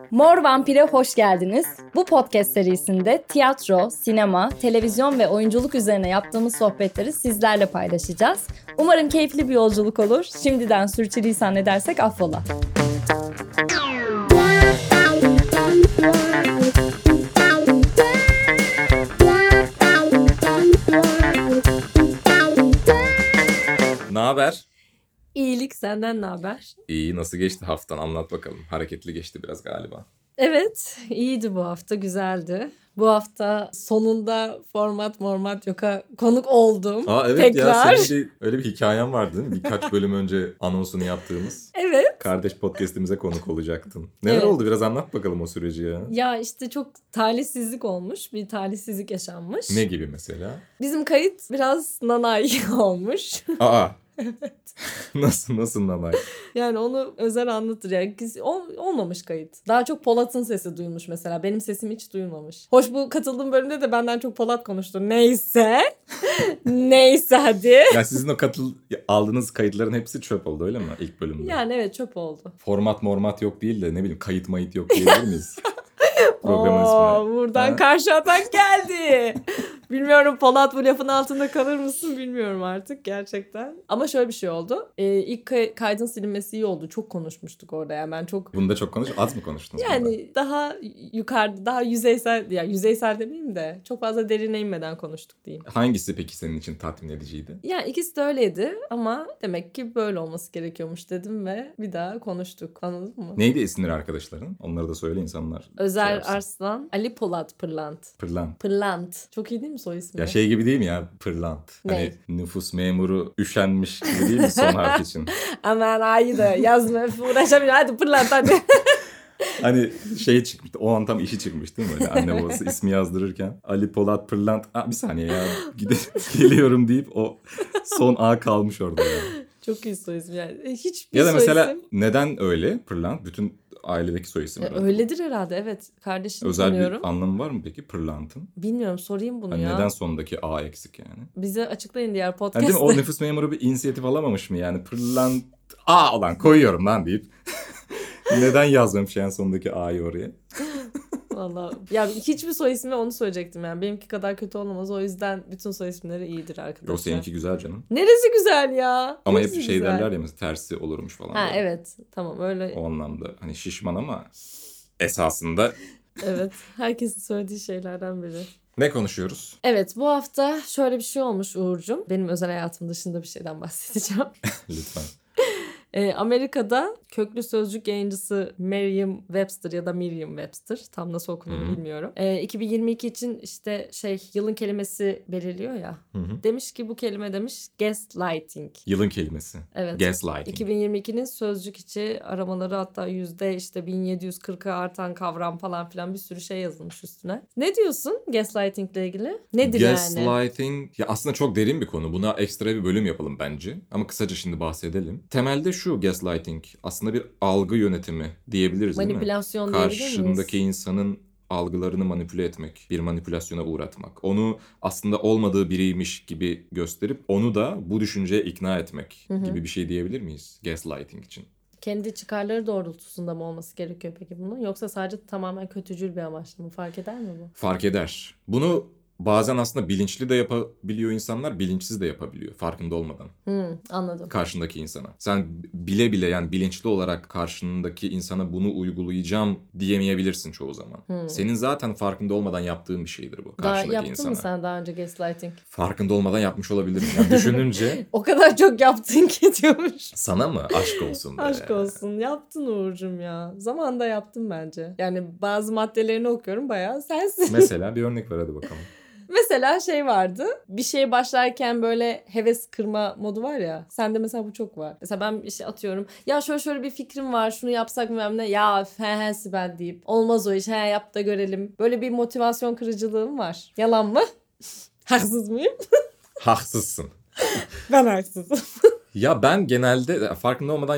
Mor Vampir'e hoş geldiniz. Bu podcast serisinde tiyatro, sinema, televizyon ve oyunculuk üzerine yaptığımız sohbetleri sizlerle paylaşacağız. Umarım keyifli bir yolculuk olur. Şimdiden sürçülisan edersek affola. Ne haber? İyilik, senden ne haber? İyi, nasıl geçti haftan? Anlat bakalım. Hareketli geçti biraz galiba. Evet, iyiydi bu hafta, güzeldi. Bu hafta sonunda format yoka konuk oldum. Evet tekrar. ya, senin öyle bir hikayen vardı değil mi? Birkaç bölüm önce anonsunu yaptığımız. Evet. Kardeş podcast'imize konuk olacaktın. Neler Evet. oldu? Biraz anlat bakalım o süreci ya. Ya işte çok talihsizlik olmuş. Bir talihsizlik yaşanmış. Ne gibi mesela? Bizim kayıt biraz nanay olmuş. Evet. Nasıl nanay? Yani onu Özer anlatır. Yani olmamış kayıt. Daha çok Polat'ın sesi duyulmuş mesela. Benim sesim hiç duyulmamış. Hoş, bu katıldığım bölümde de benden çok Polat konuştu. Neyse. Neyse hadi. Ya sizin o aldığınız kayıtların hepsi çöp oldu öyle mi ilk bölümde? Yani evet, çöp oldu. Format yok değil de ne bileyim kayıt yok diyebilir miyiz? Programın ismine. Buradan karşı atak geldi. Bilmiyorum, Polat bu lafın altında kalır mısın bilmiyorum artık gerçekten. Ama şöyle bir şey oldu. İlk kaydın silinmesi iyi oldu. Çok konuşmuştuk orada yani ben çok... Bunda çok az mı konuştunuz? Yani bunda? daha yukarıda, daha yüzeysel, ya yüzeysel demeyeyim de çok fazla derine inmeden konuştuk diyeyim. Hangisi peki senin için tatmin ediciydi? Yani ikisi de öyleydi ama demek ki böyle olması gerekiyormuş dedim ve bir daha konuştuk. Anladın mı? Neydi isimleri arkadaşların? Onları da söyle insanlar. Özer Arslan, Ali Polat Pırlant. Pırlant. Çok iyi değil mi soy ismi? Ya şey gibi değil mi ya? Pırlant. Ne? Hani nüfus memuru üşenmiş gibi değil mi son harf için? Aman ayı da yazma uğraşamıyorum, hadi Pırlant hadi. Hani şey çıkmıştı. O an tam işi çıkmış değil mi? Böyle anne babası ismi yazdırırken. Ali Polat Pırlant. Bir saniye ya. Geliyorum deyip o son A kalmış orada ya. Çok iyi soy ismi yani. Hiçbir Ya da soy mesela isim... neden öyle Pırlant? Bütün ailedeki soy isim herhalde. Öyledir herhalde, evet. Kardeşini Özel tanıyorum. bir anlamı var mı peki Pırlant'ın? Bilmiyorum, sorayım bunu Hani ya. neden sondaki A eksik yani? Bize açıklayın diğer Yani podcast'te. değil mi? O nüfus memuru bir inisiyatif alamamış mı yani? Pırlant olan koyuyorum lan deyip. Neden yazmamış en sondaki A'yı oraya? Vallahi ya hiçbir soy ismi, onu söyleyecektim yani. Benimki kadar kötü olamaz. O yüzden bütün soy isimleri iyidir arkadaşlar. O seninki güzel canım. Neresi güzel ya? Ama Neresi hep şey güzel? derler ya mesela tersi olurmuş falan. Ha böyle. evet, tamam öyle. O anlamda hani şişman ama esasında. Evet, herkesin söylediği şeylerden biri. Ne konuşuyoruz? Evet, bu hafta şöyle bir şey olmuş Uğur'cum. Benim özel hayatım dışında bir şeyden bahsedeceğim. Lütfen. Amerika'da köklü sözcük yayıncısı Merriam-Webster ya da Merriam-Webster, tam nasıl okunduğunu bilmiyorum. 2022 için işte yılın kelimesi belirliyor ya. Demiş ki bu kelime demiş gaslighting. Yılın kelimesi. Evet. Gaslighting. 2022'nin sözcük içi aramaları, hatta %1740'a artan kavram falan filan bir sürü şey yazılmış üstüne. Ne diyorsun gaslighting ile ilgili? Nedir Gaslighting ya aslında çok derin bir konu. Buna ekstra bir bölüm yapalım bence. Ama kısaca şimdi bahsedelim. Temelde şu gaslighting aslında bir algı yönetimi diyebiliriz değil mi? Manipülasyon diyebilir miyiz? Karşındaki insanın algılarını manipüle etmek, bir manipülasyona uğratmak. Onu aslında olmadığı biriymiş gibi gösterip onu da bu düşünceye ikna etmek gibi bir şey diyebilir miyiz gaslighting için? Kendi çıkarları doğrultusunda mı olması gerekiyor peki bunun? Yoksa sadece tamamen kötücül bir amaçlı mı? Fark eder mi bu? Fark eder. Bunu bazen aslında bilinçli de yapabiliyor insanlar, bilinçsiz de yapabiliyor farkında olmadan. Anladım. Karşındaki insana. Sen bile bile yani bilinçli olarak karşındaki insana bunu uygulayacağım diyemeyebilirsin çoğu zaman. Senin zaten farkında olmadan yaptığın bir şeydir bu karşındaki Yaptın insana. mı sen daha önce gaslighting? Farkında olmadan yapmış olabilirim. Yani düşününce. O kadar çok yaptın ki diyormuş. Sana mı? Aşk olsun be. Aşk olsun. Yaptın Uğur'cum ya. Zamanında yaptım bence. Yani bazı maddelerini okuyorum, bayağı sensin. Mesela bir örnek ver hadi bakalım. Mesela vardı. Bir şeye başlarken böyle heves kırma modu var ya. Sende mesela bu çok var. Mesela ben bir şey atıyorum. Ya şöyle bir fikrim var. Şunu yapsak mı? Ya he Sibel deyip. Olmaz o iş. He yap da görelim. Böyle bir motivasyon kırıcılığım var. Yalan mı? Haksız mıyım? Haksızsın. Ben haksızım. Ya ben genelde farkında olmadan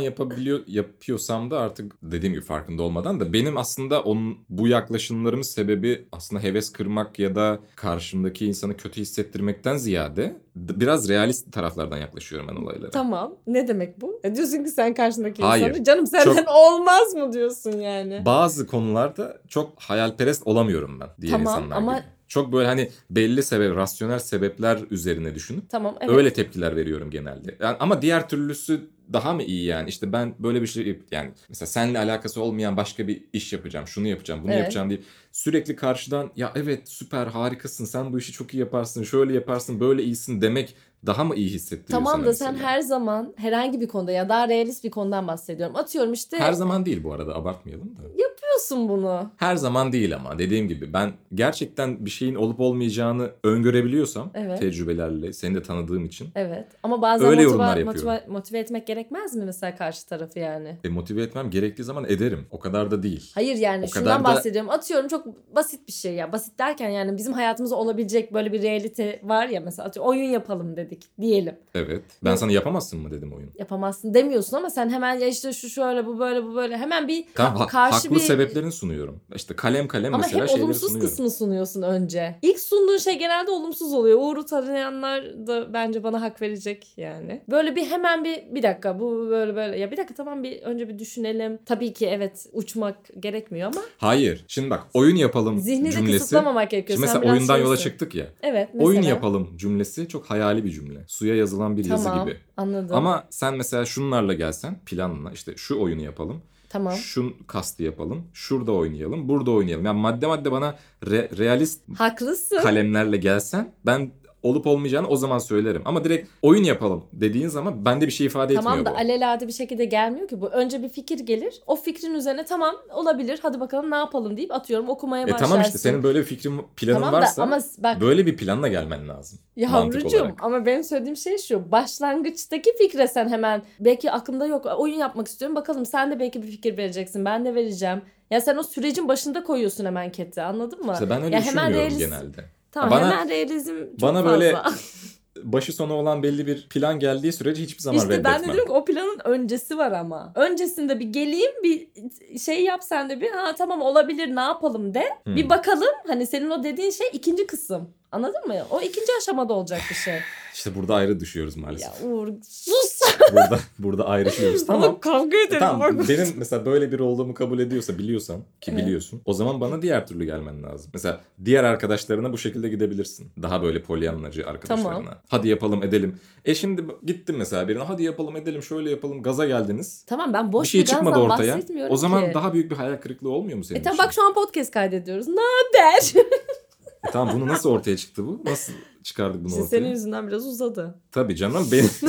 yapıyorsam da artık dediğim gibi farkında olmadan da benim aslında bu yaklaşımlarımın sebebi aslında heves kırmak ya da karşımdaki insanı kötü hissettirmekten ziyade biraz realist taraflardan yaklaşıyorum ben olaylara. Tamam. Ne demek bu? Diyorsun ki sen karşındaki Hayır, insanı canım senden olmaz mı diyorsun yani? Bazı konularda çok hayalperest olamıyorum ben diğer insanlar ama... gibi. Çok böyle hani belli rasyonel sebepler üzerine düşünüp tamam, evet. öyle tepkiler veriyorum genelde. Yani ama diğer türlüsü daha mı iyi yani? İşte ben böyle bir şey yani mesela seninle alakası olmayan başka bir iş yapacağım, şunu yapacağım, bunu yapacağım deyip sürekli karşıdan ya evet süper harikasın, sen bu işi çok iyi yaparsın, şöyle yaparsın, böyle iyisin demek daha mı iyi hissettiriyor Tamam sana da mesela? sen her zaman herhangi bir konuda ya daha realist bir konudan bahsediyorum. Atıyorum işte. Her zaman değil bu arada, abartmayalım da. Yapıyorsun bunu. Her zaman değil ama dediğim gibi ben gerçekten bir şeyin olup olmayacağını öngörebiliyorsam tecrübelerle seni de tanıdığım için. Evet ama bazen öyle yorumlar yapıyorum. Motive etmek gerekmez mi mesela karşı tarafı yani? Motive etmem gerektiği zaman ederim. O kadar da değil. Hayır yani o şundan bahsediyorum. Atıyorum çok basit bir şey ya. Basit derken yani bizim hayatımızda olabilecek böyle bir realite var ya mesela atıyorum oyun yapalım dedik diyelim. Evet. Ben sana yapamazsın mı dedim oyun. Yapamazsın demiyorsun ama sen hemen ya işte şu şöyle bu böyle bu böyle hemen bir karşı haklı sebeplerini sunuyorum. İşte kalem ama mesela şeyleri sunuyorum. Ama hep olumsuz kısmını sunuyorsun önce. İlk sunduğun şey genelde olumsuz oluyor. Uğur'u tanıyanlar da bence bana hak verecek yani. Böyle bir hemen bir dakika bu böyle ya bir dakika tamam bir önce bir düşünelim. Tabii ki evet uçmak gerekmiyor ama. Hayır. Şimdi bak oyun yapalım zihni cümlesi. de kısıtlamamak gerekiyor. Şimdi mesela oyundan yola çıktık ya. Evet mesela. Oyun yapalım cümlesi çok hayali bir cümle. Suya yazılan bir yazı gibi. Anladım. Ama sen mesela şunlarla gelsen planla işte şu oyunu yapalım. Tamam. Şu kastı yapalım. Şurada oynayalım. Burada oynayalım. Yani madde bana realist haklısın kalemlerle gelsen ben olup olmayacağını o zaman söylerim. Ama direkt oyun yapalım dediğin zaman bende bir şey ifade etmiyor bu. Tamam da alelade bir şekilde gelmiyor ki bu. Önce bir fikir gelir. O fikrin üzerine tamam olabilir. Hadi bakalım ne yapalım deyip atıyorum okumaya başlarsın. Tamam işte senin böyle bir planın varsa ama bak, böyle bir planla gelmen lazım. Yavrucuğum ama benim söylediğim şey şu. Başlangıçtaki fikre sen hemen belki aklımda yok oyun yapmak istiyorum. Bakalım sen de belki bir fikir vereceksin. Ben de vereceğim. Ya sen o sürecin başında koyuyorsun hemen keti anladın mı? İşte ben öyle düşünmüyorum genelde. Tamam hemen realizm çok bana fazla. Böyle başı sonu olan belli bir plan geldiği sürece hiçbir zaman reddetmem. İşte ben de diyorum ki o planın öncesi var ama. Öncesinde bir geleyim bir şey yap sen de bir tamam olabilir ne yapalım de. Bir bakalım hani senin o dediğin şey ikinci kısım. Anladın mı? O ikinci aşamada olacak bir şey. İşte burada ayrı düşüyoruz maalesef. Ya Uğur sus. burada ayrışıyoruz. Tamam. Kavga edelim. Tamam. Benim mesela böyle biri olduğumu kabul ediyorsa biliyorsan ki biliyorsun. O zaman bana diğer türlü gelmen lazım. Mesela diğer arkadaşlarına bu şekilde gidebilirsin. Daha böyle polyanlacı arkadaşlarına. Tamam. Hadi yapalım edelim. Şimdi gittim mesela birine hadi yapalım edelim şöyle yapalım gaza geldiniz. Tamam ben boş bir şey çıkmadı ortaya. Bahsetmiyorum o zaman ki. Daha büyük bir hayal kırıklığı olmuyor mu senin için? Tamam bak şu an podcast kaydediyoruz. Ne haber? Tamam bunu nasıl ortaya çıktı bu? Nasıl çıkardık bunu ortaya? Senin yüzünden biraz uzadı. Tabii canım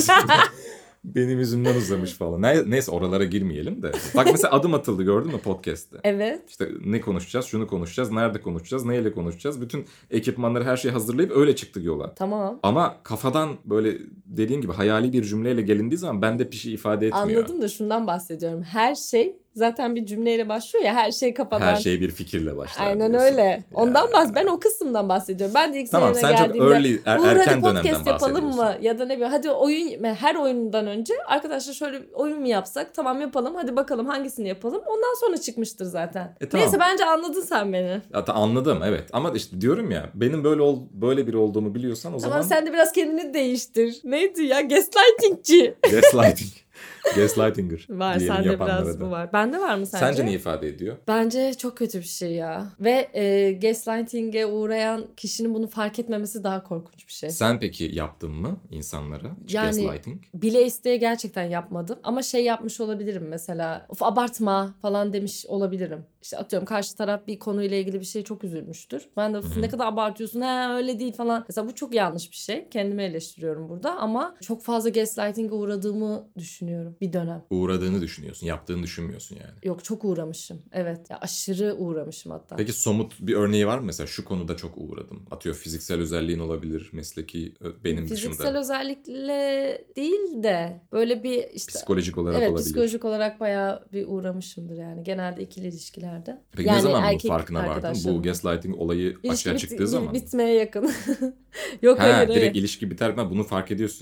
benim yüzümden uzamış falan. Neyse oralara girmeyelim de. Bak mesela adım atıldı gördün mü podcast'te? Evet. İşte ne konuşacağız, şunu konuşacağız, nerede konuşacağız, neyle konuşacağız. Bütün ekipmanları her şeyi hazırlayıp öyle çıktık yola. Tamam. Ama kafadan böyle dediğim gibi hayali bir cümleyle gelindiği zaman bende bir şey ifade etmiyor. Anladım da şundan bahsediyorum. Her şey zaten bir cümleyle başlıyor ya her şey kafadan. Her şey bir fikirle başlar. Aynen diyorsun. Öyle. Ondan ben o kısımdan bahsediyorum. Ben de ilk tamam, senene geldiğimde. Tamam sen çok erken dönemden podcast yapalım mı? Ya da ne bileyim hadi her oyundan önce arkadaşlar şöyle oyun mu yapsak? Tamam yapalım hadi bakalım hangisini yapalım. Ondan sonra çıkmıştır zaten. Tamam. Neyse bence anladın sen beni. Anladım evet ama işte diyorum ya benim böyle biri olduğumu biliyorsan o zaman. Ama sen de biraz kendini değiştir. Neydi ya gaslightingci. Gaslightinger. Var sende biraz bu var. Bende var mı sence? Sence ne ifade ediyor? Bence çok kötü bir şey ya. Ve gaslighting'e uğrayan kişinin bunu fark etmemesi daha korkunç bir şey. Sen peki yaptın mı insanlara gaslighting? Bile isteye gerçekten yapmadım. Ama yapmış olabilirim mesela. Of abartma falan demiş olabilirim. İşte atıyorum karşı taraf bir konuyla ilgili bir şey çok üzülmüştür. Ben de ne kadar abartıyorsun öyle değil falan. Mesela bu çok yanlış bir şey. Kendimi eleştiriyorum burada ama çok fazla gaslighting'e uğradığımı düşünüyorum bir dönem. Uğradığını düşünüyorsun, yaptığını düşünmüyorsun yani. Yok çok uğramışım. Evet. Ya aşırı uğramışım hatta. Peki somut bir örneği var mı mesela? Şu konuda çok uğradım. Atıyor fiziksel özelliğin olabilir, mesleki benim dışımda. Fiziksel özellikle değil de böyle bir işte. Psikolojik olarak olabilir. Evet psikolojik olarak bayağı bir uğramışımdır yani. Genelde ikili ilişkilerde. Peki yani ne zaman bunun farkına vardın? Bu gaslighting olayı açığa çıktığı zaman? Bitmeye yakın. Yok hayır. Direkt ilişki biter mi? Bunu fark ediyorsun yani.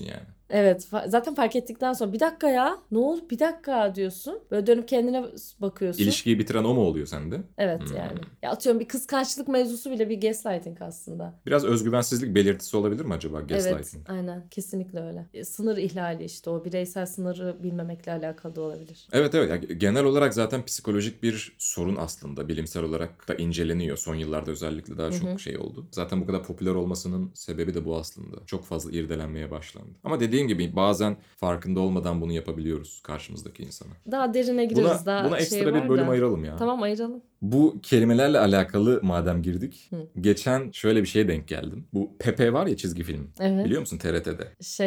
Evet, zaten fark ettikten sonra bir dakika ya, ne oldu, bir dakika diyorsun. Böyle dönüp kendine bakıyorsun. İlişkiyi bitiren o mu oluyor sende? Evet yani. Ya atıyorum bir kıskançlık mevzusu bile bir gaslighting aslında. Biraz özgüvensizlik belirtisi olabilir mi acaba gaslighting? Evet, aynen, kesinlikle öyle. Sınır ihlali işte, o bireysel sınırı bilmemekle alakalı da olabilir. Evet. Yani genel olarak zaten psikolojik bir sorun aslında. Bilimsel olarak da inceleniyor. Son yıllarda özellikle daha çok şey oldu. Zaten bu kadar popüler olmasının sebebi de bu aslında. Çok fazla irdelenmeye başlandı. Ama dediğim gibi bazen farkında olmadan bunu yapabiliyoruz karşımızdaki insana. Daha derine gireriz. Buna ekstra bir bölüm ayıralım ya. Tamam, ayıralım. Bu kelimelerle alakalı madem girdik. Geçen şöyle bir şeye denk geldim. Bu Pepe var ya, çizgi film. Evet. Biliyor musun, TRT'de?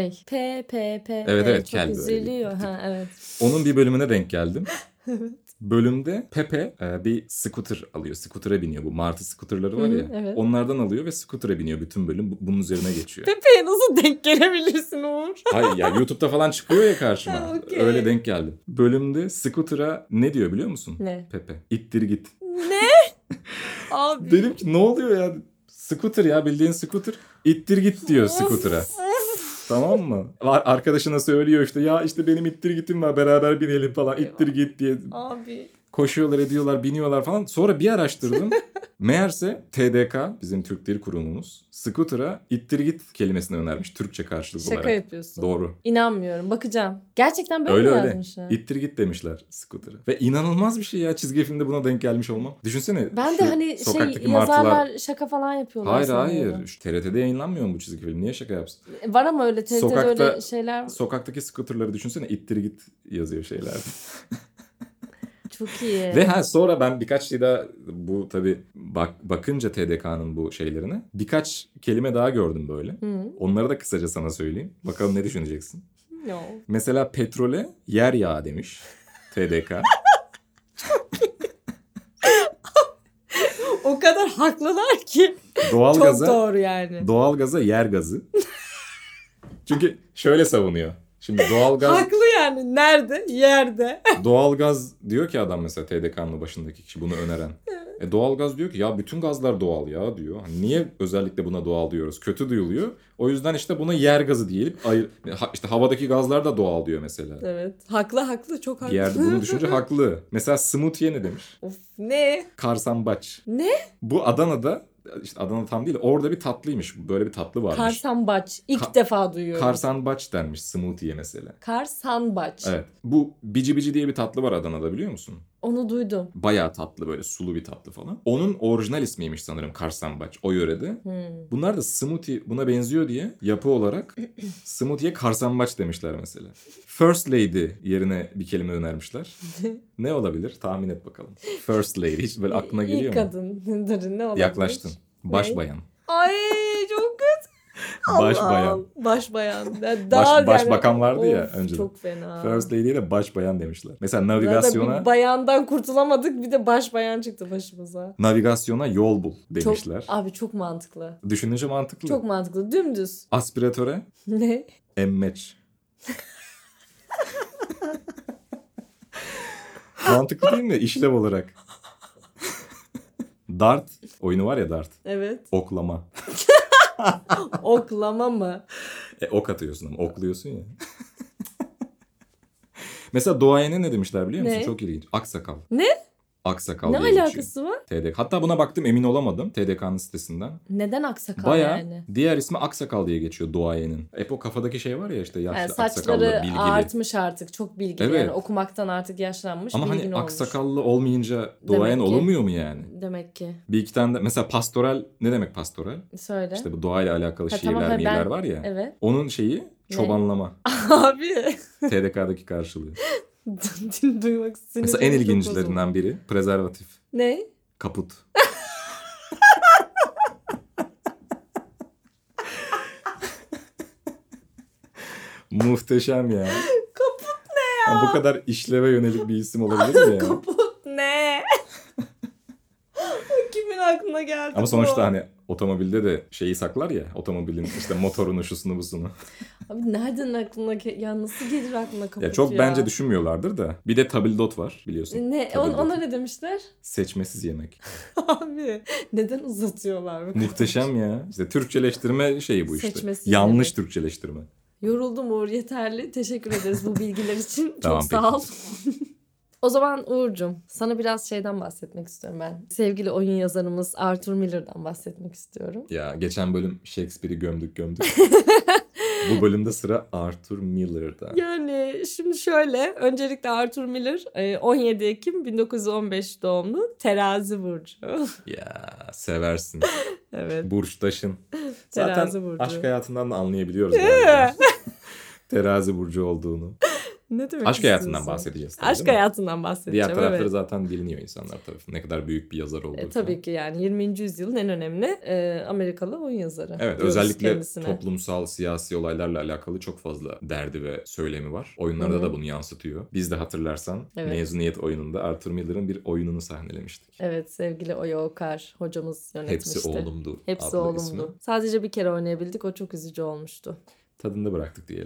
Evet, çok kel böyle üzülüyor. bir tip. Evet. Onun bir bölümüne denk geldim. Bölümde Pepe bir scooter alıyor. Scooter'a biniyor. Bu martı scooterları var ya. Evet. Onlardan alıyor ve scooter'a biniyor. Bütün bölüm bunun üzerine geçiyor. Pepe'ye nasıl denk gelebilirsin Uğur? Hayır ya, YouTube'da falan çıkıyor ya karşıma. Okay. Öyle denk geldim. Bölümde scooter'a ne diyor biliyor musun? Ne? Pepe. İttir git. Ne? Abi. Dedim ki ne oluyor ya? Scooter ya, bildiğin scooter. İttir git diyor scooter'a. Tamam mı? Arkadaşına söylüyor işte, ya işte benim ittir gitim var, beraber binelim falan. İttir git diye. Abi. Koşuyorlar, ediyorlar, biniyorlar falan. Sonra bir araştırdım. Meğerse TDK, bizim Türk Dil Kurumumuz, scooter'a ittir git kelimesini önermiş Türkçe karşılık olarak. Şaka yapıyorsun. Doğru. İnanmıyorum. Bakacağım. Gerçekten böyle mi yazmışlar? İttir git demişler scooter'a. Ve inanılmaz bir şey ya, çizgi filmde buna denk gelmiş olmam. Düşünsene. Ben de hani yazarlar şaka falan yapıyorlar. Hayır. Şu TRT'de yayınlanmıyor mu bu çizgi film? Niye şaka yapsın? Var ama öyle TRT'de öyle şeyler. Sokaktaki scooter'ları düşünsene, ittir git yazıyor şeyler. Çok iyi. Ve sonra ben birkaç şey daha, bu tabii bakınca TDK'nın bu şeylerine birkaç kelime daha gördüm böyle. Onları da kısaca sana söyleyeyim. Bakalım ne düşüneceksin? No. Mesela petrole yer yağı demiş TDK. O kadar haklılar ki. Çok doğru yani. Doğalgaza yer gazı. Çünkü şöyle savunuyor. Şimdi doğalgaz... Haklı yani. Nerede? Yerde. Doğalgaz diyor ki adam, mesela TDK'nın başındaki kişi bunu öneren. Doğalgaz diyor ki ya bütün gazlar doğal ya diyor. Hani niye özellikle buna doğal diyoruz? Kötü duyuluyor. O yüzden işte buna yer gazı diyelim. İşte havadaki gazlar da doğal diyor mesela. Evet. Haklı. Çok haklı. Bir yerde bunu düşünce haklı. Mesela smoothie ne demiş? Of, ne? Karsambaç. Ne? Bu Adana'da, işte Adana tam değil, orada bir tatlıymış. Böyle bir tatlı varmış. Karsambaç. İlk defa duyuyorum. Karsambaç denmiş smoothie'ye mesela. Karsambaç. Evet. Bu bici bici diye bir tatlı var Adana'da, biliyor musun? Onu duydum. Bayağı tatlı, böyle sulu bir tatlı falan. Onun orijinal ismiymiş sanırım karsambaç o yörede. Bunlar da smoothie buna benziyor diye yapı olarak smoothie'ye karsambaç demişler mesela. First lady yerine bir kelime önermişler. Ne olabilir? Tahmin et bakalım. First lady. Hiç böyle aklına geliyor mu? İlk kadındır, ne olabilir? Yaklaştın. Başbayan. Ay çok kötü. Başbayan. Başbayan. Başbakan vardı ya önceden. Çok fena. First lady'ye de başbayan demişler. Mesela navigasyona... Bir bayandan kurtulamadık, bir de başbayan çıktı başımıza. Navigasyona yol bul demişler. Çok mantıklı. Düşününce mantıklı. Çok mantıklı. Dümdüz. Aspiratöre... Ne? Emmeç. Mantıklı değil mi? İşlev olarak. Dart. Oyunu var ya, dart. Evet. Oklama. Oklama mı? Ok atıyorsun ama okluyorsun ya. Mesela duayene ne demişler biliyor musun? Ne? Çok ilginç. Aksakal. Ne? Aksakal ne diye alakası geçiyor. var? TDK. Hatta buna baktım, emin olamadım TDK'nın sitesinden. Neden aksakal Bayağı yani? diğer ismi Aksakal diye geçiyor duayenin. Hep o kafadaki şey var ya, işte yaşlı Yani aksakallı, saçları bilgili. artmış artık, çok bilgili. Evet. Yani okumaktan artık yaşlanmış, ama bilgin hani olmuş. aksakallı olmayınca duayen olmuyor mu yani? Demek ki. Bir iki tane de mesela pastoral, ne demek pastoral? Söyle. İşte bu doğayla alakalı şiirler, tamam, miğler var ya. Evet. Onun şeyi çobanlama. Abi. TDK'daki karşılığı. Duymak istedim. Mesela en ilginçlerinden biri prezervatif. Ne? Kaput. Muhteşem ya. Kaput ne ya? Yani bu kadar işleve yönelik bir isim olabilir mi ya? Kaput ne? Kimin aklına geldi ama sonuçta hani otomobilde de şeyi saklar ya, otomobilin işte motorunu, şusunu busunu. Abi nereden aklına ya, nasıl gelir aklına kaput ya? Çok bence düşünmüyorlardır da. Bir de tabildot var biliyorsun. Ne? Ona ne demişler? Seçmesiz yemek. Abi neden uzatıyorlar bu? Muhteşem ya. İşte Türkçeleştirme şeyi bu işte. Seçmesiz Yanlış yemek. Türkçeleştirme. Yoruldum Uğur, yeterli. Teşekkür ederiz bu bilgiler için. Tamam, Çok sağ ol. O zaman Uğur'cum sana biraz şeyden bahsetmek istiyorum ben. Sevgili oyun yazarımız Arthur Miller'dan bahsetmek istiyorum. Ya geçen bölüm Shakespeare'i gömdük. Bu bölümde sıra Arthur Miller'da. Yani şimdi şöyle, öncelikle Arthur Miller 17 Ekim 1915 doğumlu, Terazi burcu. Ya seversin. Evet. Burçtaşın. Terazi Zaten burcu. aşk hayatından da anlayabiliyoruz galiba. Terazi burcu olduğunu. Ne demek Aşk hayatından istiyorsun? bahsedeceğiz. Tabii, Aşk değil mi? hayatından bahsedeceğim. Diğer tarafları evet. zaten biliniyor insanlar tarafından. Ne kadar büyük bir yazar olduğu. Tabii ki yani 20. yüzyılın en önemli Amerikalı oyun yazarı. Evet, diyoruz özellikle kendisine. toplumsal, siyasi olaylarla alakalı çok fazla derdi ve söylemi var. Oyunlarda da bunu yansıtıyor. Biz de hatırlarsan mezuniyet oyununda Arthur Miller'ın bir oyununu sahnelemiştik. Evet, sevgili Oya Okar hocamız yönetmişti. Hepsi Oğlumdu. Hepsi adlı Oğlumdu. ismi. Sadece bir kere oynayabildik, o çok üzücü olmuştu. Tadında bıraktık diyelim.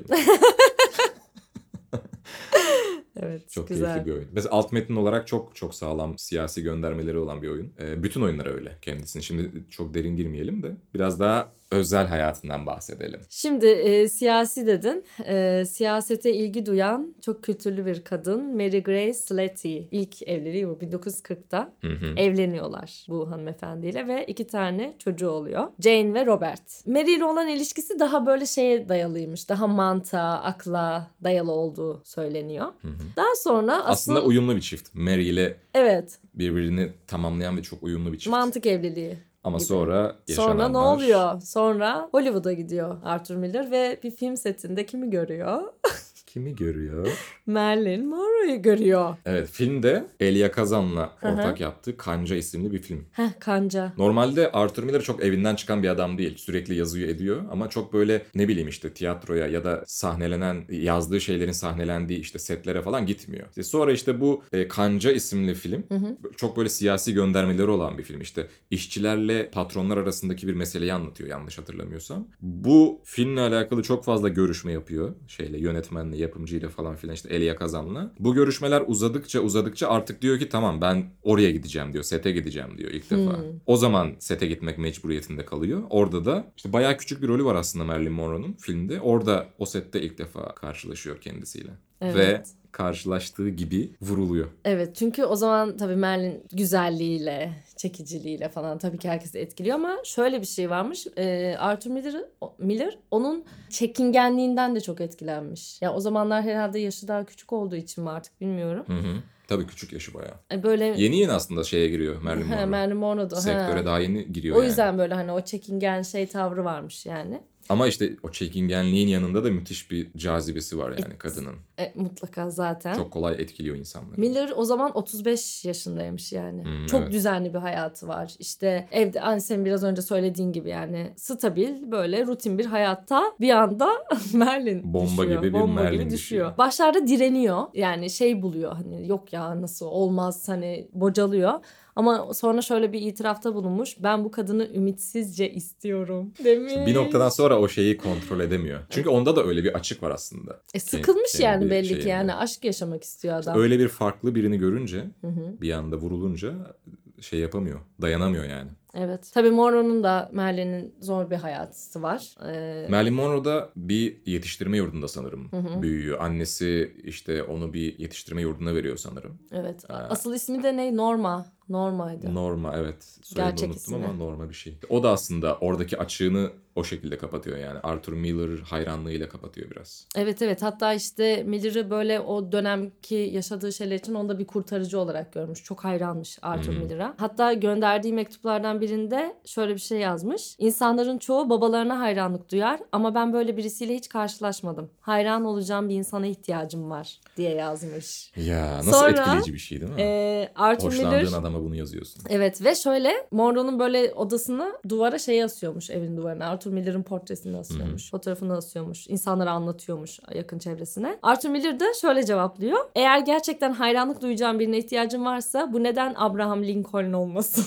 Evet, Çok güzel. keyifli bir oyun. Mesela alt metin olarak çok çok sağlam siyasi göndermeleri olan bir oyun. Bütün oyunlar öyle kendisini. Şimdi çok derin girmeyelim de biraz daha özel hayatından bahsedelim. Şimdi siyasi dedin. Siyasete ilgi duyan çok kültürlü bir kadın, Mary Grace Slatey. İlk evliliği bu 1940'ta. Evleniyorlar bu hanımefendiyle ve 2 tane çocuğu oluyor. Jane ve Robert. Mary ile olan ilişkisi daha böyle şeye dayalıymış. Daha mantığa, akla dayalı olduğu söyleniyor. Daha sonra Aslında uyumlu bir çift. Mary ile evet, birbirini tamamlayan ve çok uyumlu bir çift. mantık evliliği. Ama gibi. sonra yaşananlar... Sonra ne oluyor? Sonra Hollywood'a gidiyor Arthur Miller ve bir film setinde kimi görüyor? Kimi görüyor? Marilyn Monroe'yu görüyor. Evet, filmde Elia Kazan'la ortak yaptığı Kanca isimli bir film. Kanca. Normalde Arthur Miller çok evinden çıkan bir adam değil. Sürekli yazıyor ediyor ama çok böyle ne bileyim işte tiyatroya ya da sahnelenen, yazdığı şeylerin sahnelendiği işte setlere falan gitmiyor. Sonra işte bu Kanca isimli film çok böyle siyasi göndermeleri olan bir film. İşte işçilerle patronlar arasındaki bir meseleyi anlatıyor yanlış hatırlamıyorsam. Bu filmle alakalı çok fazla görüşme yapıyor. Yönetmenle, yapımcıyla falan filan işte Elia Kazan'la. Bu görüşmeler uzadıkça artık diyor ki tamam ben oraya gideceğim diyor. Sete gideceğim diyor ilk defa. O zaman sete gitmek mecburiyetinde kalıyor. Orada da işte bayağı küçük bir rolü var aslında Marilyn Monroe'nun filmde. Orada o sette ilk defa karşılaşıyor kendisiyle. Evet. Ve karşılaştığı gibi vuruluyor. Evet, çünkü o zaman tabii Marilyn güzelliğiyle, çekiciliğiyle falan tabii ki herkesi etkiliyor ama şöyle bir şey varmış. Arthur Miller onun çekingenliğinden de çok etkilenmiş. Ya o zamanlar herhalde yaşı daha küçük olduğu için mi artık bilmiyorum. Tabii küçük yaşı bayağı. Böyle Yeni aslında şeye giriyor Marilyn Monroe. Marilyn Monroe'da. Sektöre daha yeni giriyor o yani. yüzden böyle hani o çekingen tavrı varmış yani. Ama işte o çekingenliğin yanında da müthiş bir cazibesi var yani kadının. Mutlaka zaten. Çok kolay etkiliyor insanları. Miller o zaman 35 yaşındaymış yani. Çok düzenli bir hayatı var. İşte evde hani senin biraz önce söylediğin gibi yani stabil böyle rutin bir hayatta bir anda Marilyn Bomba düşüyor. gibi bir Marilyn düşüyor. Başlarda direniyor. Yani buluyor hani yok ya nasıl olmaz hani bocalıyor. Ama sonra şöyle bir itirafta bulunmuş. Ben bu kadını ümitsizce istiyorum demiş. Bir noktadan sonra o şeyi kontrol edemiyor. Çünkü onda da öyle bir açık var aslında. Sıkılmış yani belli ki şeyinde. yani aşk yaşamak istiyor adam. Öyle bir farklı birini görünce bir anda vurulunca yapamıyor. Dayanamıyor yani. Evet. Tabii Monroe'nun da Marilyn'in zor bir hayatı var. Marilyn Monroe da bir yetiştirme yurdunda sanırım büyüyor. Annesi işte onu bir yetiştirme yurduna veriyor sanırım. Evet. Asıl ismi de ne? Norma'ydı. Norma evet. Soyadını Gerçek unuttum ismi. ama Norma bir şey. O da aslında oradaki açığını o şekilde kapatıyor yani. Arthur Miller hayranlığıyla kapatıyor biraz. Evet. Hatta işte Miller'ı böyle o dönemki yaşadığı şeyler için onda bir kurtarıcı olarak görmüş. Çok hayranmış Arthur Miller'a. Hatta gönderdiği mektuplardan birinde şöyle bir şey yazmış. İnsanların çoğu babalarına hayranlık duyar ama ben böyle birisiyle hiç karşılaşmadım. Hayran olacağım bir insana ihtiyacım var diye yazmış. Ya nasıl Sonra, etkileyici bir şey değil mi? Arthur Hoşlandığın Miller, adama bunu yazıyorsun. Evet ve şöyle Monroe'nun böyle odasına duvara asıyormuş, evin duvarına. Arthur Miller'ın portresini asıyormuş. Fotoğrafını asıyormuş. İnsanlara anlatıyormuş yakın çevresine. Arthur Miller de şöyle cevaplıyor. Eğer gerçekten hayranlık duyacağım birine ihtiyacın varsa bu neden Abraham Lincoln olmasın?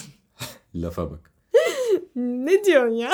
Lafa bak. Ne diyorsun ya?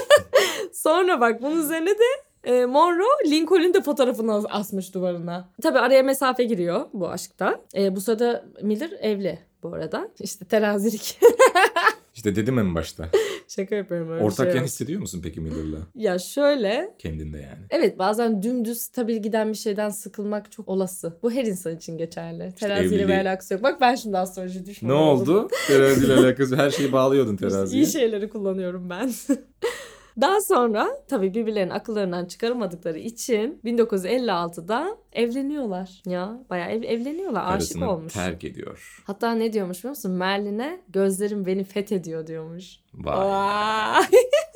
Sonra bak bunun üzerine de Monroe Lincoln'un da fotoğrafını asmış duvarına. Tabii araya mesafe giriyor bu aşkta. Bu sırada Miller evli bu arada. İşte terazilik. İşte dedim en başta. Şaka yapıyorum, öyle bir Ortak şey yan yok. hissediyor musun peki Miller'la? Ya şöyle, Kendinde yani. evet, bazen dümdüz stabil giden bir şeyden sıkılmak çok olası. Bu her insan için geçerli. Teraziyle bir evliliği. alakası yok. Bak ben şimdi astroloji düşmanı Ne oldum. oldu? Teraziyle alakası her şeyi bağlıyordun İşte teraziye. iyi şeyleri kullanıyorum ben. Daha sonra tabii birbirlerinin akıllarından çıkaramadıkları için 1956'da evleniyorlar. Ya bayağı evleniyorlar. Aşık Karısını olmuş. terk ediyor. Hatta ne diyormuş biliyor musun? Merlin'e gözlerim beni fethediyor diyormuş. Vay. Vay.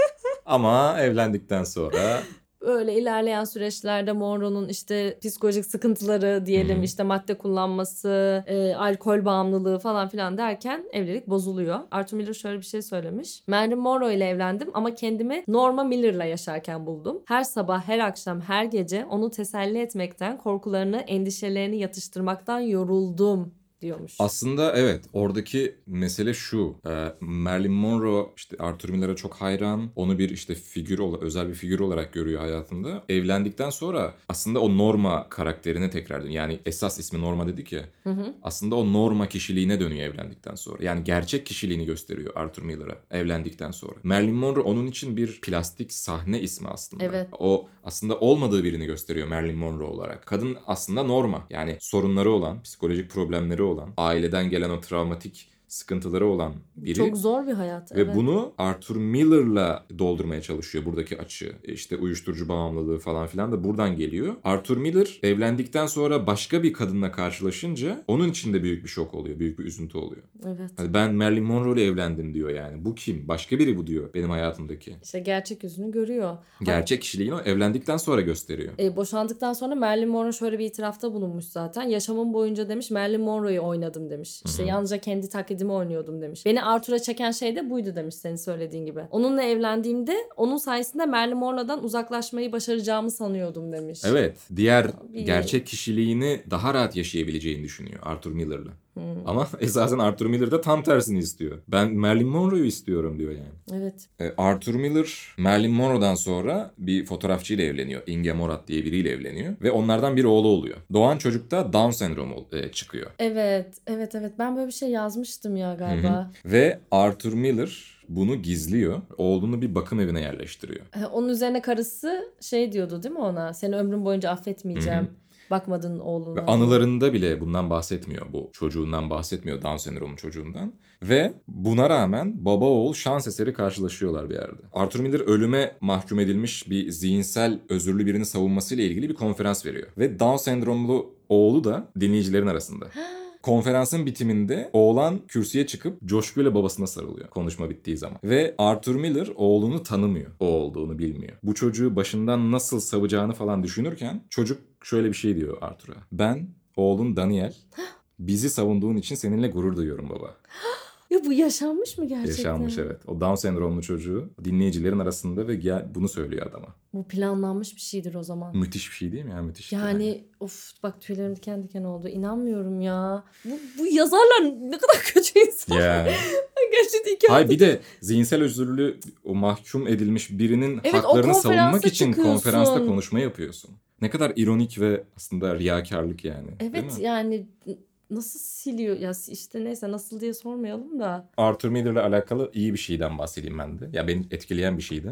Ama evlendikten sonra Öyle ilerleyen süreçlerde Monroe'nun işte psikolojik sıkıntıları diyelim, işte madde kullanması, alkol bağımlılığı falan filan derken evlilik bozuluyor. Arthur Miller şöyle bir şey söylemiş. Marilyn Monroe ile evlendim ama kendimi Norma Miller'la yaşarken buldum. Her sabah, her akşam, her gece onu teselli etmekten, korkularını, endişelerini yatıştırmaktan yoruldum diyormuş. aslında evet, oradaki mesele şu. Marilyn Monroe işte Arthur Miller'a çok hayran. Onu bir işte özel bir figür olarak görüyor hayatında. Evlendikten sonra aslında o Norma karakterine tekrar dönüyor. Yani esas ismi Norma dedik ya. Aslında o Norma kişiliğine dönüyor evlendikten sonra. Yani gerçek kişiliğini gösteriyor Arthur Miller'a evlendikten sonra. Marilyn Monroe onun için bir plastik sahne ismi aslında. Evet. O aslında olmadığı birini gösteriyor Marilyn Monroe olarak. Kadın aslında Norma. Yani sorunları olan, psikolojik problemleri olan, aileden gelen o travmatik sıkıntıları olan biri. Çok zor bir hayat. Ve evet. bunu Arthur Miller'la doldurmaya çalışıyor buradaki açığı. İşte uyuşturucu bağımlılığı falan filan da buradan geliyor. Arthur Miller evlendikten sonra başka bir kadınla karşılaşınca onun için de büyük bir şok oluyor. Büyük bir üzüntü oluyor. Evet. Hani ben Marilyn Monroe ile evlendim diyor yani. Bu kim? Başka biri bu diyor benim hayatımdaki. İşte gerçek yüzünü görüyor. Gerçek kişiliğini o evlendikten sonra gösteriyor. Boşandıktan sonra Marilyn Monroe şöyle bir itirafta bulunmuş zaten. Yaşamım boyunca demiş Marilyn Monroe'yu oynadım demiş. İşte yalnızca kendi taklidimi oynuyordum demiş. Beni Arthur'a çeken şey de buydu demiş, senin söylediğin gibi. Onunla evlendiğimde onun sayesinde Marilyn Monroe'dan uzaklaşmayı başaracağımı sanıyordum demiş. Evet. Diğer Tabii. gerçek kişiliğini daha rahat yaşayabileceğini düşünüyor Arthur Miller'la. Ama esasen Arthur Miller de tam tersini istiyor. Ben Marilyn Monroe'yu istiyorum diyor yani. Evet. Arthur Miller Marilyn Monroe'dan sonra bir fotoğrafçıyla evleniyor. Inge Morat diye biriyle evleniyor. Ve onlardan bir oğlu oluyor. Doğan çocukta Down sendromu çıkıyor. Evet. Ben böyle bir şey yazmıştım ya galiba. Ve Arthur Miller bunu gizliyor. Oğlunu bir bakım evine yerleştiriyor. Onun üzerine karısı şey diyordu değil mi ona? Seni ömrüm boyunca affetmeyeceğim. Bakmadın oğluna. Ve anılarında bile bundan bahsetmiyor. Bu çocuğundan bahsetmiyor, Down sendromu çocuğundan. Ve buna rağmen baba oğul şans eseri karşılaşıyorlar bir yerde. Arthur Miller ölüme mahkum edilmiş bir zihinsel özürlü birini savunmasıyla ilgili bir konferans veriyor. Ve Down sendromlu oğlu da dinleyicilerin arasında. Konferansın bitiminde oğlan kürsüye çıkıp coşkuyla babasına sarılıyor konuşma bittiği zaman. Ve Arthur Miller oğlunu tanımıyor. O olduğunu bilmiyor. Bu çocuğu başından nasıl savacağını falan düşünürken çocuk şöyle bir şey diyor Arthur'a. Ben, oğlun Daniel, bizi savunduğun için seninle gurur duyuyorum baba. Ya bu yaşanmış mı gerçekten? Yaşanmış, evet. O Down sendromlu çocuğu dinleyicilerin arasında ve bunu söylüyor adama. Bu planlanmış bir şeydir o zaman. Müthiş bir şey değil mi ya? Müthiş. Yani of, bak tüylerim diken diken oldu. İnanmıyorum ya. Bu yazarlar ne kadar kötü insanlar. Ya. Gerçekten iki Hayır, bir de zihinsel özürlü o mahkum edilmiş birinin Evet, o haklarını savunmak konferansa için çıkıyorsun. konferansta konuşma yapıyorsun. Ne kadar ironik ve aslında riyakarlık yani. Değil Evet mi? yani nasıl siliyor ya, işte neyse, nasıl diye sormayalım da. Arthur Miller'la alakalı iyi bir şeyden bahsedeyim ben de. Ya beni etkileyen bir şeydi.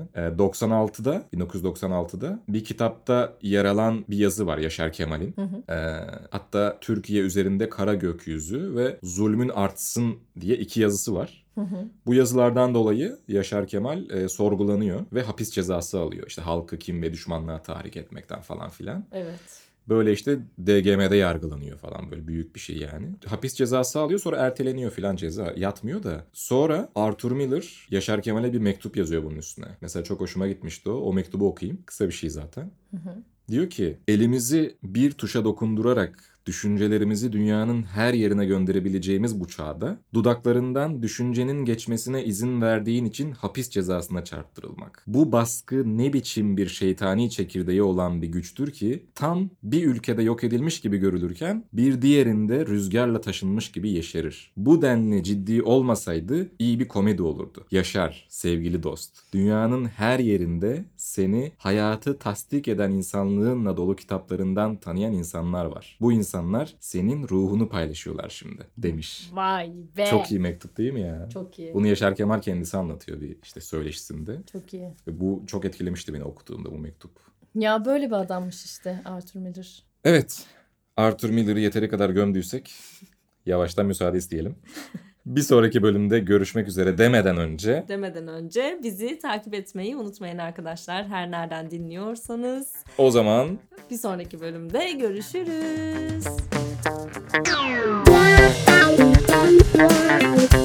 1996'da bir kitapta yer alan bir yazı var Yaşar Kemal'in. Hatta Türkiye üzerinde kara gökyüzü ve zulmün artsın diye 2 yazısı var. Bu yazılardan dolayı Yaşar Kemal sorgulanıyor ve hapis cezası alıyor. İşte halkı kin ve düşmanlığa tahrik etmekten falan filan. Evet. Böyle işte DGM'de yargılanıyor falan, böyle büyük bir şey yani. Hapis cezası alıyor, sonra erteleniyor filan, ceza yatmıyor da. Sonra Arthur Miller Yaşar Kemal'e bir mektup yazıyor bunun üstüne. Mesela çok hoşuma gitmişti o. O mektubu okuyayım. Kısa bir şey zaten. Diyor ki, elimizi bir tuşa dokundurarak düşüncelerimizi dünyanın her yerine gönderebileceğimiz bu çağda dudaklarından düşüncenin geçmesine izin verdiğin için hapis cezasına çarptırılmak. Bu baskı ne biçim bir şeytani çekirdeği olan bir güçtür ki tam bir ülkede yok edilmiş gibi görülürken bir diğerinde rüzgarla taşınmış gibi yeşerir. Bu denli ciddi olmasaydı iyi bir komedi olurdu. Yaşar, sevgili dost, dünyanın her yerinde seni hayatı tasdik eden insanlığınla dolu kitaplarından tanıyan insanlar var. Bu insanlar insanlar senin ruhunu paylaşıyorlar şimdi demiş. Vay be. Çok iyi mektup değil mi ya? Çok iyi. Bunu Yaşar Kemal kendisi anlatıyor bir işte söyleşisinde. Çok iyi. Ve bu çok etkilemişti beni okuduğumda bu mektup. Ya böyle bir adammış işte Arthur Miller. Evet. Arthur Miller'ı yeteri kadar gömdüysek yavaştan müsaade isteyelim. Bir sonraki bölümde görüşmek üzere demeden önce bizi takip etmeyi unutmayın arkadaşlar. Her nereden dinliyorsanız. O zaman Bir sonraki bölümde görüşürüz.